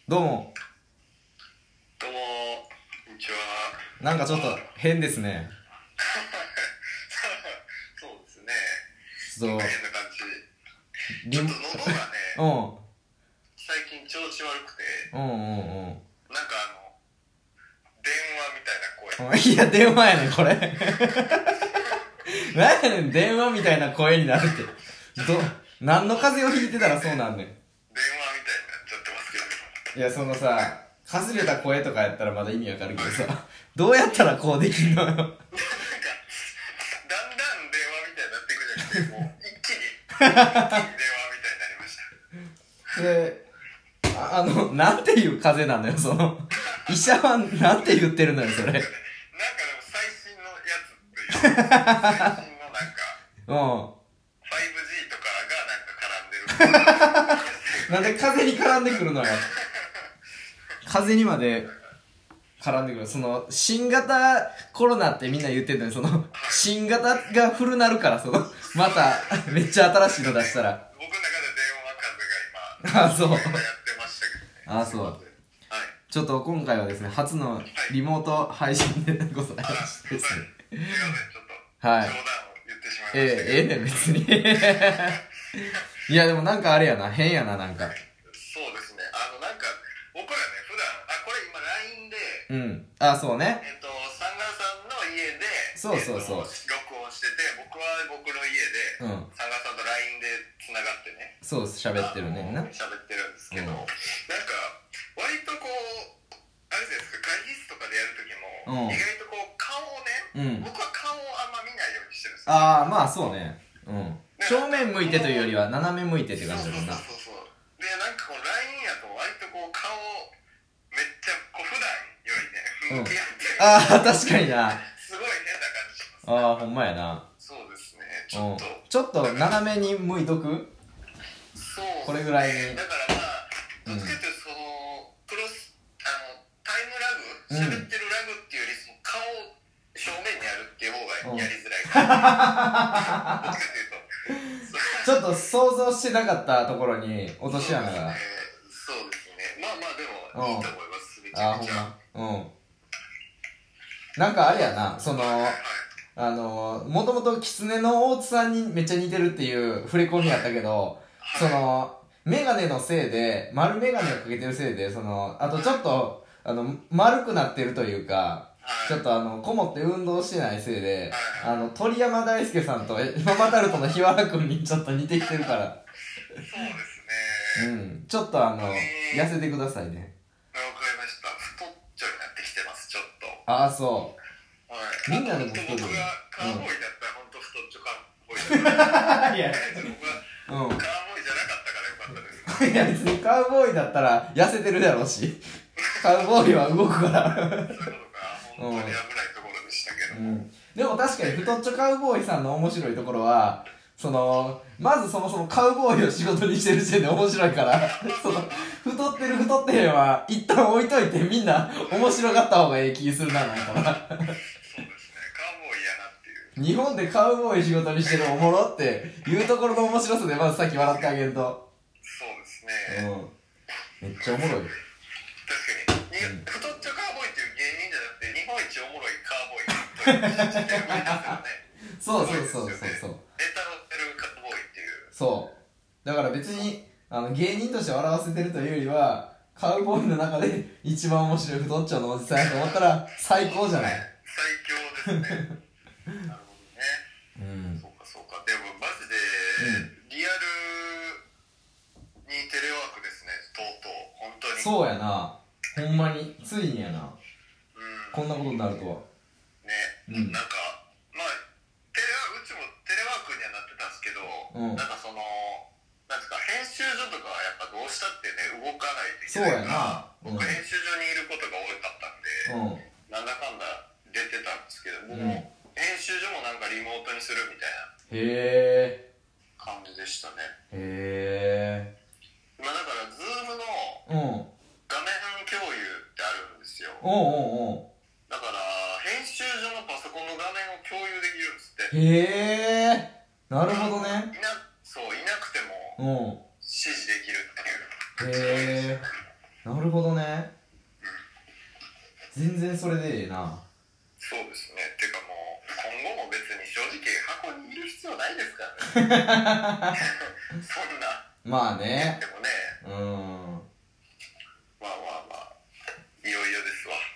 どうも。 どうも、こんにちは。 なんかちょっと変ですね。 そうですね。 ちょっと変な感じ。ちょっと喉がね、最近調子悪くて、なんか電話みたいな声。 いや、電話やねん、これ。なんやねん、電話みたいな声になるって。何の風邪をひいてたらそうなんねん。 電話みたいになっちゃってますけど。 いや、そのさ、かすれた声とかやったらまだ意味わかるけどさ、どうやったらこうできんのよ。 なんか、だんだん電話みたいになってくるじゃなくて、もう一気に電話みたいになりました。 で、なんていう風邪なのよ、その。医者はなんて言ってるのよ、それ。 なんかでも最新のやつっていう、最新のなんか、5G とかがなんか絡んでる。 なんで風に絡んでくるのよ。風にまで絡んでくる。その、新型コロナってみんな言ってんのに、その、新型が古なるから、その、また、めっちゃ新しいの出したら。 僕の中で電話風が今、 あ、そう。 やってましたけどね。 あ、そう。 はい。 ちょっと今回はですね、初のリモート配信でございましてですね。 すいません、ちょっと、 はい。 冗談を言ってしまいましたけど。 ええね、別に。いや、でもなんかあれやな、変やな、なんか。 そうですね。なんか、僕らね、普段、これ今 LINE で、 うん。あ、そうね。 サンガさんの家で、 そうそうそう。 録音してて、僕は僕の家で、サンガさんと LINE で繋がってね。 そう、喋ってるねんな。 喋ってるんですけど、なんか、割とこう、あれですか、会議室とかでやるときも、意外とこう、顔をね、僕は顔をあんま見ないようにしてるんですよ。 ああ、まあそうね。正面向いてというよりは、斜め向いてって感じだもんな。 そう。で、なんかこう、LINE やと割とこう、顔、めっちゃ、こう、普段よりね、向き合ってる。 ああ、確かにな。 すごい変な感じします。 ああ、ほんまやな。 そうですね、 ちょっと斜めに向いとく？ そう。 これぐらいに。 だからまあ、どっちかというとその、タイムラグ、喋ってるラグっていうより、その顔正面にあるっていう方がやりづらいから。どっちかというと。 ちょっと想像してなかったところに落とし穴が。 そうですね。まあまあでも、いいと思います。めちああ、 ゃめちゃ。 ほんま。なんかあれやな、その、もともと狐の大津さんにめっちゃ似てるっていう触れ込みやったけど、その、メガネのせいで、丸メガネをかけてるせいで、その、あとちょっと、丸くなってるというか、ちょっとこもって運動してないせいで、鳥山大輔さんとママタルトの日原くんにちょっと似てきてるから。 そうですね。 ちょっと痩せてくださいね。 わかりました。太っちょになってきてます、ちょっと。 ああ、そう。 はい。 みんなでも太る。 僕がカーボーイだったら、ほんと太っちょカーボーイだった。いや、僕は、カーボーイじゃなかったからよかったです。 いや、別にカウボーイだったら痩せてるだろうし。カウボーイは動くから。 そういうことか。本当に危ないところでしたけども。 でも確かに太っちょカウボーイさんの面白いところは、その、まずそもそもカウボーイを仕事にしてる時点で面白いから、その、太ってる太ってへんは一旦置いといてみんな面白がった方がいい気するな、なんかな。 そうですね。カウボーイやなっていう。 日本でカウボーイ仕事にしてるおもろっていうところの面白さでまずさっき笑ってあげると。 そうですね。 めっちゃおもろい。 確かに。太っちょカーボーイっていう芸人じゃなくて、日本一おもろいカーボーイっていう。 そう。 エタロってるカーボーイっていう。 そう。だから別に、芸人として笑わせてるというよりは、カウボーイの中で一番面白い太っちょのおじさんやと思ったら最高じゃない。 最強ですね。なるほどね。そうか。でもマジで、リアルにテレワークですね、とうとう。本当に。 そうやな。ほんまに。ついにやな。こんなことになるとは。 ね。なんか、まあ、うちもテレワークにはなってたんですけど、なんかその、なんですか、編集所とかはやっぱどうしたってね、動かないといけないから、僕編集所にいることが多かったんで、なんだかんだ出てたんですけども、編集所もなんかリモートにするみたいな感じでしたね。まあだから、ズームの画面共有ってあるんですよ。だから、編集所のパソコンの画面を共有できるんですって。 なるほどね。 いなくても指示できるっていう。 なるほどね。全然それでええな。 そうですね。てかもう今後も別に正直箱にいる必要ないですからね。そんな。 まあね。 でもね。まあいよいよですわ。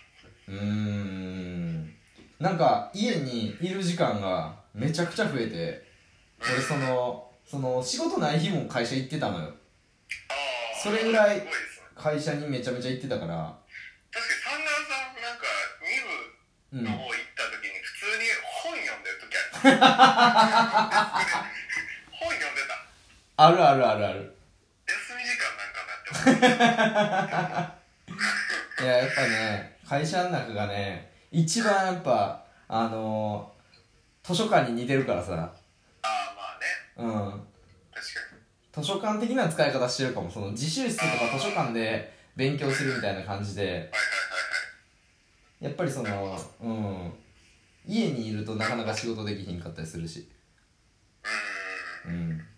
なんか家にいる時間がめちゃくちゃ増えて、俺その仕事ない日も会社行ってたのよ。それぐらい会社にめちゃめちゃ行ってたから。 確かにサンガーさんなんか2部の方行った時に普通に本読んでる時ある。本読んでた。 あるあるあるある。 休み時間なんかなって思って。 いや、やっぱね、会社の中がね、一番やっぱ図書館に似てるからさ。 まあね。確かに。 図書館的な使い方してるかも。その自習室とか図書館で勉強するみたいな感じで、やっぱりその家にいるとなかなか仕事できひんかったりするし。 なるほどね。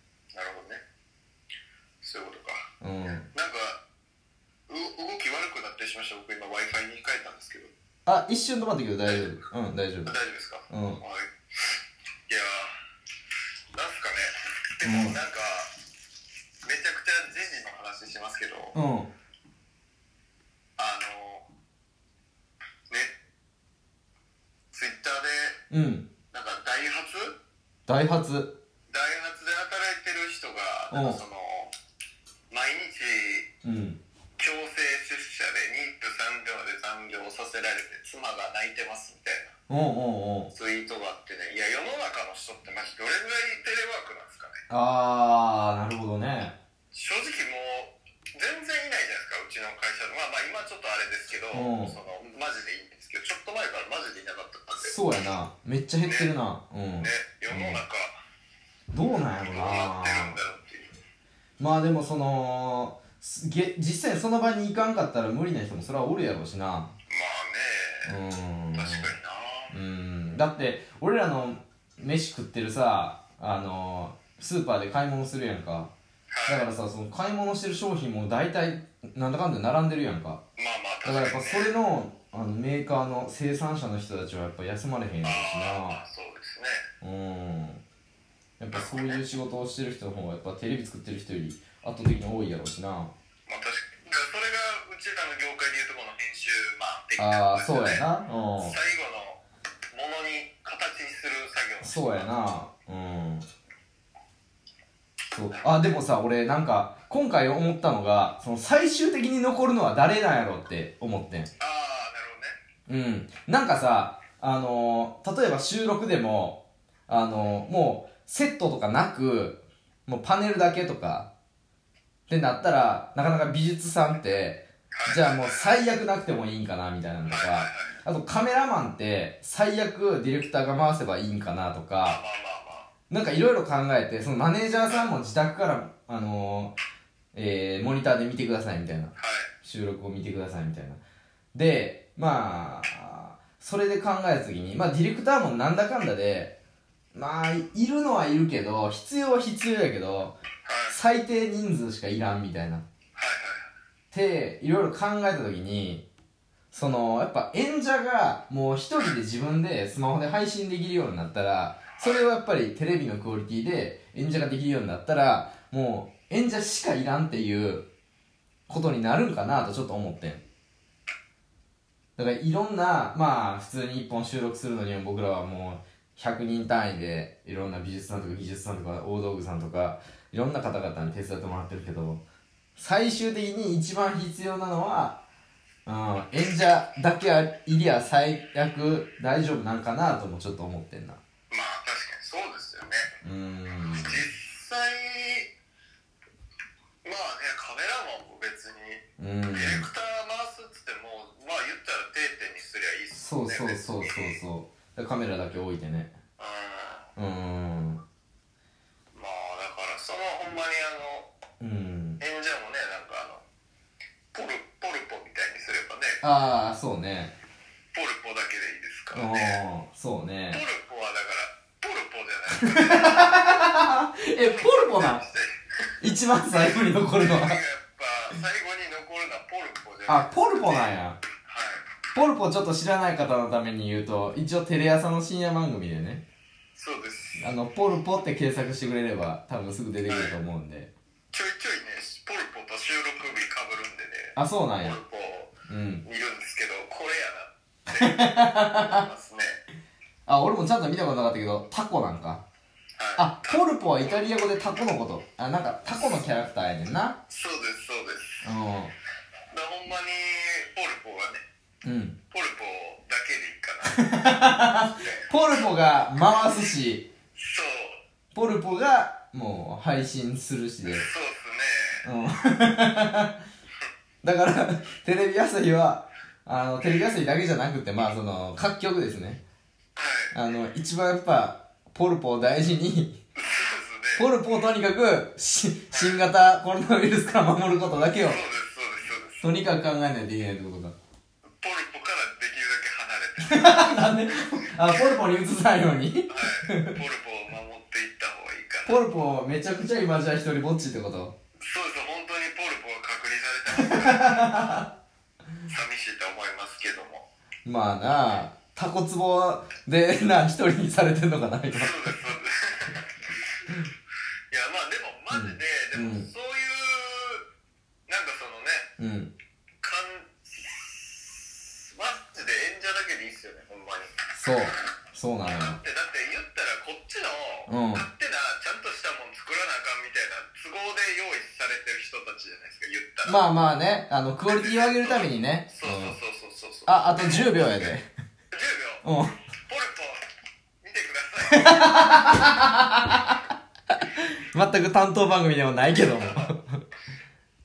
そういうことか。なんか動き悪くなってしました。僕今 Wi-Fi に変えたんですけど。 あ、一瞬止まったけど大丈夫。大丈夫。 大丈夫ですか？はい。いやなんすかね。でもなんかめちゃくちゃ時事の話しますけど。ツイッターでなんかダイハツで働いてる人がなんかその毎日強制出社で妊婦3秒で残業させられて妻が泣いてますみたいなツイートがあってね。いや世の中の人ってマジどれぐらいテレワークなんですかね。 なるほどね。 正直もう全然いないじゃないですか、うちの会社で。まあ今ちょっとあれですけど、そのマジでいいんですけど、ちょっと前からマジでいなかったんで。 そうやな、めっちゃ減ってるな。 世の中どうなんやろな。 どうなってるんだろうっていう。 まあでもその実際その場に行かんかったら無理な人もそれはおるやろうしな。 まあね、確かにな。 だって俺らの飯食ってるさ、スーパーで買い物するやんか。だからさ、その買い物してる商品も大体なんだかんだ並んでるやんか。だからやっぱそれのメーカーの生産者の人たちはやっぱ休まれへんやろうしな。 そうですね。 やっぱそういう仕事をしてる人の方がやっぱテレビ作ってる人より圧倒的に多いやろうしな。 まあ確かに。それがうちらの業界でいうとこの編集マン的なことですよね。 そうやな。 最後のものに形にする作業。 そうやな。でもさ、俺なんか今回思ったのが、その最終的に残るのは誰なんやろって思ってん。 なるほどね。 なんかさ、例えば収録でももうセットとかなく、もうパネルだけとかってなったら、なかなか美術さんってじゃあもう最悪なくてもいいんかなみたいなのとか、あとカメラマンって最悪ディレクターが回せばいいんかなとか、なんかいろいろ考えて、そのマネージャーさんも自宅からモニターで見てくださいみたいな、収録を見てくださいみたいなで、まあそれで考えた時に、まあディレクターもなんだかんだで、まあいるのはいるけど、必要は必要やけど、最低人数しかいらんみたいなっていろいろ考えた時に、そのやっぱ演者がもう一人で自分でスマホで配信できるようになったら、それをやっぱりテレビのクオリティで演者ができるようになったら、もう演者しかいらんっていうことになるんかなとちょっと思ってん。だからいろんな、まあ普通に一本収録するのには僕らはもう100人単位でいろんな美術さんとか技術さんとか大道具さんとかいろんな方々に手伝ってもらってるけど、最終的に一番必要なのは、演者だけいりゃ最悪大丈夫なんかなともちょっと思ってんな。 まあ確かにそうですよね。実際まあね、カメラマンも別にディレクター回すっつっても、まあ言ったら定点にすりゃいいっすよね。 そうカメラだけ置いてね。 まあだからそのほんまに演者もね、なんかポルポみたいにすればね。 そうね、 ポルポだけでいいですからね。 そうね。 ポルポはだからポルポじゃないですか。 ポルポな一番最後に残るのはやっぱ最後に残るのはポルポじゃない。 あ、ポルポなんや。 はい。 ポルポちょっと知らない方のために言うと、一応テレ朝の深夜番組でね、 そうです。 ポルポって検索してくれれば多分すぐ出てくると思うんで。 ちょいちょいね、ポルポと収録日かぶるんでね。 あ、そうなんや。 ポルポうん。 見るんですけど、これやなって思いますね。 あ、俺もちゃんと見たことなかったけど、タコなんか。 はい。 あ、ポルポはイタリア語でタコのこと。あ、なんかタコのキャラクターやねんな。 そうです、そうです。 うほんまに、ポルポがね、 ん。うん。 ポルポだけでいいかな。 ポルポが回すし、 そう。 ポルポがもう配信するしで。 そうっすね。 うん。だから、テレビ朝日は、テレビ朝日だけじゃなくて、まあその、各局ですね。 はい。 一番やっぱ、ポルポを大事に、 そうですね。 ポルポをとにかく、新型コロナウイルスから守ることだけを、 そうです、そうです、そうです。 とにかく考えないといけないってことだ。 ポルポからできるだけ離れて。 なんでポルポに移さないようにはい。ポルポを守っていった方がいいかな。 ポルポめちゃくちゃ今じゃあ一人ぼっちってこと？ そうです、本当にポルポが隔離されてますから寂しいと思いますけども。 まあなあ、タコツボでな、一人にされてんのかな、今。 そうです、そうです。いや、まあでも、マジで、でも、そういう、なんかそのね、 うん。 マジで演者だけでいいっすよね、ほんまに。 そう。そうなのよ。 だって言ったら、こっちの、勝手な、ちゃんとしたもん作らなあかんみたいな、都合で用意されてる人たちじゃないですか、言ったら。 まあまあね、クオリティを上げるためにね。 そうそうそうそうそう。 あと10秒やで。 10秒。 うん。 ポルポ、見てください。 全く担当番組でもないけども。